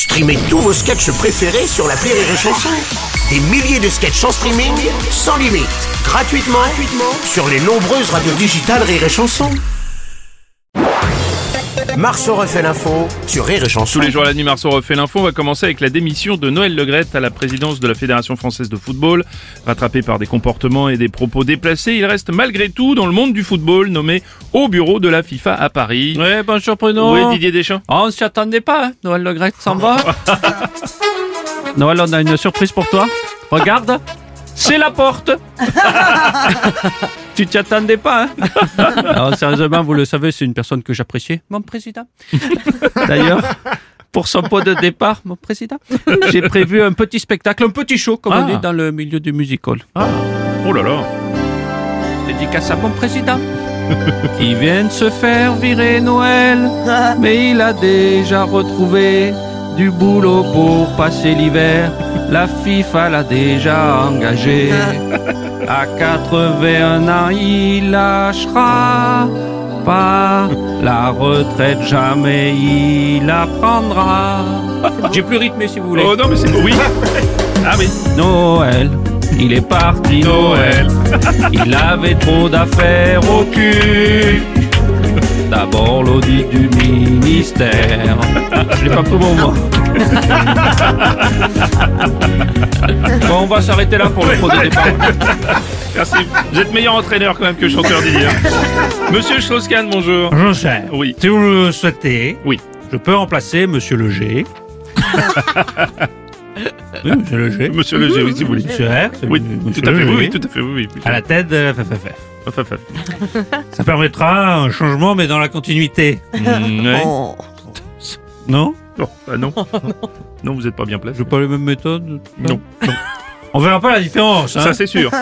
Streamez tous vos sketchs préférés sur l'appli Rire et Chanson. Des milliers de sketchs en streaming, sans limite, gratuitement sur les nombreuses radios digitales Rire et Chanson. Marceau refait l'info sur Rire et Chanson. Tous les jours à la nuit, Marceau refait l'info. On va commencer avec la démission de Noël Le Graët à la présidence de la Fédération Française de Football. Rattrapé par des comportements et des propos déplacés, il reste malgré tout dans le monde du football, nommé au bureau de la FIFA à Paris. Ouais, bonjour Bruno. Oui, Didier Deschamps. Oh, on s'y attendait pas, hein. Noël Le Graët s'en va. Noël, on a une surprise pour toi. Regarde, c'est la porte. Tu t'y attendais pas, hein? Alors, sérieusement, vous le savez, c'est une personne que j'appréciais, mon président. D'ailleurs, pour son pot de départ, mon président, j'ai prévu un petit spectacle, un petit show, comme on dit dans le milieu du musical. Oh là là. Dédicace à mon président. Il vient de se faire virer Noël, mais il a déjà retrouvé du boulot pour passer l'hiver. La FIFA l'a déjà engagé. À 81 ans, il lâchera pas la retraite, jamais il la prendra. J'ai plus rythmé si vous voulez. Oh non, mais c'est... Oui. Ah oui. Noël, il est parti Noël. Il avait trop d'affaires au cul. D'abord l'audit du ministère. Je l'ai pas pris bon moi. Bon, on va s'arrêter là pour le pot de départ. Merci. Vous êtes meilleur entraîneur quand même que chanteur Didier. Monsieur Strauss-Kahn, bonjour. Je sais. Oui. Si vous le souhaitez, Oui. je peux remplacer Monsieur Leger. Oui, Monsieur Leger. Monsieur Leger, oui, si vous voulez. Monsieur R. c'est Oui, Monsieur tout à fait, Leger. oui, tout à fait, oui. À la tête de FFF. Enfin. Ça permettra un changement, mais dans la continuité. Ouais. Non? Non, non. Non, vous êtes pas bien placé. J'ai pas les mêmes méthodes? Non. On verra pas la différence, hein? Ça, c'est sûr.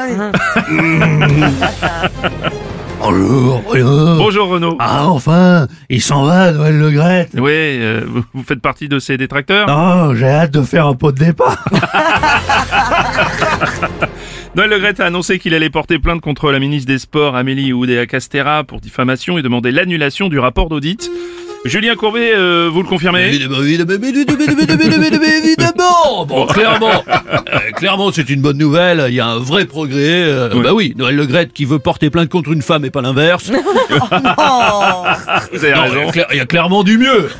Bonjour. Bonjour Renaud. Ah, enfin, il s'en va, Noël Le Graët. Oui, vous faites partie de ces détracteurs? Non, j'ai hâte de faire un pot de départ. Noël Le Graët a annoncé qu'il allait porter plainte contre la ministre des Sports, Amélie Oudéa-Castéra, pour diffamation et demander l'annulation du rapport d'audit. Julien Courbet, vous le confirmez? Évidemment. Bon, clairement, c'est une bonne nouvelle. Il y a un vrai progrès. Oui. Bah oui, Noël Le Graët qui veut porter plainte contre une femme et pas l'inverse. Vous avez Non, raison. il y a clairement du mieux.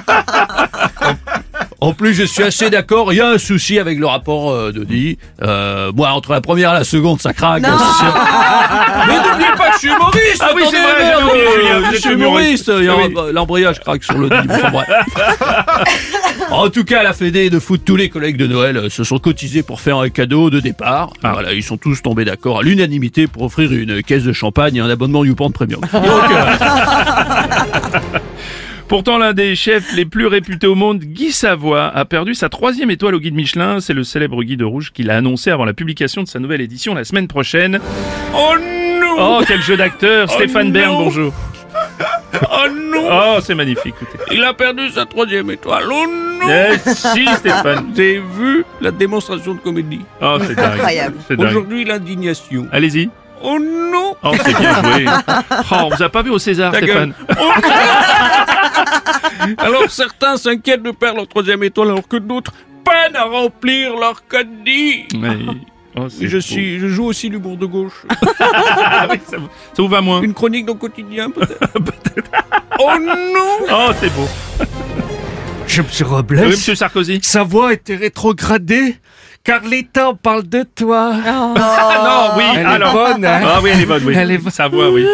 En plus, je suis assez d'accord. Il y a un souci avec le rapport d'audit. Moi, entre la première et la seconde, ça craque. Mais n'oubliez pas que je suis humoriste. Ah oui, c'est vrai, attendez, j'avais oublié, merde, Julien, vous je êtes suis humoriste. humoriste. L'embrayage craque sur le dit. Enfin, bref. En tout cas, la Fédé de foot, tous les collègues de Noël se sont cotisés pour faire un cadeau de départ. Voilà, ils sont tous tombés d'accord à l'unanimité pour offrir une caisse de champagne et un abonnement YouPorn Premium. Donc, Pourtant, l'un des chefs les plus réputés au monde, Guy Savoy, a perdu sa 3e étoile au guide Michelin. C'est le célèbre guide rouge qu'il a annoncé avant la publication de sa nouvelle édition la semaine prochaine. Oh non. Oh, quel jeu d'acteur. Stéphane Bern, non. bonjour. Oh non. Oh, c'est magnifique, écoutez. Il a perdu sa 3e étoile. Oh non. Eh, si, Stéphane. J'ai vu la démonstration de comédie. Oh, c'est dingue. Incroyable. C'est dingue. Aujourd'hui, l'indignation. Allez-y. Oh non. Oh, c'est bien joué. Oh, on vous a pas vu au César, Ta Stéphane. gueule. Oh non. Alors certains s'inquiètent de perdre leur 3e étoile alors que d'autres peinent à remplir leur caddie. Ouais. Oh, c'est Je beau. joue aussi l'humour de gauche. Ah oui, ça vous va moins. Une chronique dans le quotidien peut-être. Oh non. Oh, c'est beau. Monsieur Robles, Oui, monsieur Sarkozy. sa voix était rétrogradée, car l'État parle de toi. Ah non, oui, Elle alors. est bonne, hein? Ah oui, elle est bonne, oui. Elle est bonne. Sa voix, oui.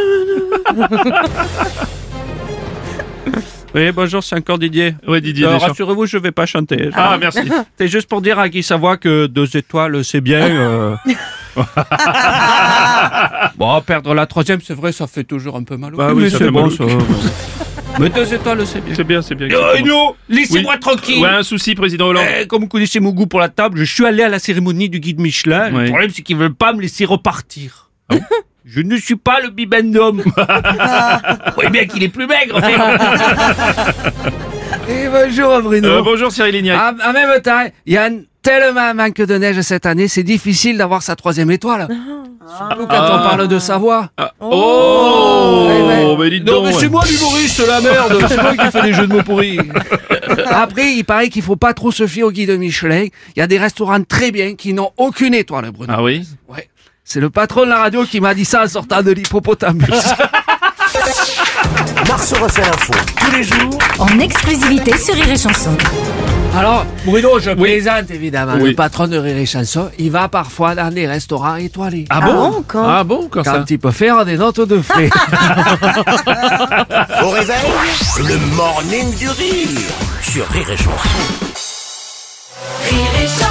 Oui, bonjour, c'est encore Didier. Oui, Didier Deschamps. Rassurez-vous, je vais pas chanter. Ah, merci. C'est juste pour dire à Guy Savoy que 2 étoiles, c'est bien. Bon, perdre la 3e, c'est vrai, ça fait toujours un peu mal. Bah oui, Mais ça c'est fait bon, mal. ça. Mais 2 étoiles, c'est bien. C'est bien, c'est bien. Non, laissez-moi Oui. tranquille. Ouais, un souci, président Hollande. Comme vous connaissez mon goût pour la table, je suis allé à la cérémonie du guide Michelin. Ouais. Le problème, c'est qu'ils veulent pas me laisser repartir. Je ne suis pas le bibendum. Vous voyez bien qu'il est plus maigre. Et bonjour Bruno. Bonjour Cyril Lignac. En même temps, il y a tellement manque de neige cette année, c'est difficile d'avoir sa 3e étoile. Surtout quand on parle de sa voix. Oh, mais dites Non, donc. mais c'est moi l'humoriste, la merde. C'est moi qui fais des jeux de mots pourris. Après, il paraît qu'il faut pas trop se fier au guide Michelin. Il y a des restaurants très bien qui n'ont aucune étoile, Bruno. Ah oui? Ouais. C'est le patron de la radio qui m'a dit ça en sortant de l'hippopotamus. Marceau refait l'info tous les jours En exclusivité sur Rire et Chanson. Alors, Bruno, je plaisante évidemment. Oui. Le patron de Rire et Chanson, il va parfois dans des restaurants étoilés. Ah bon? Quand ça? Quand il peut faire des notes de frais. au réveil, le morning du rire sur Rire et Chanson. Rire et Chanson.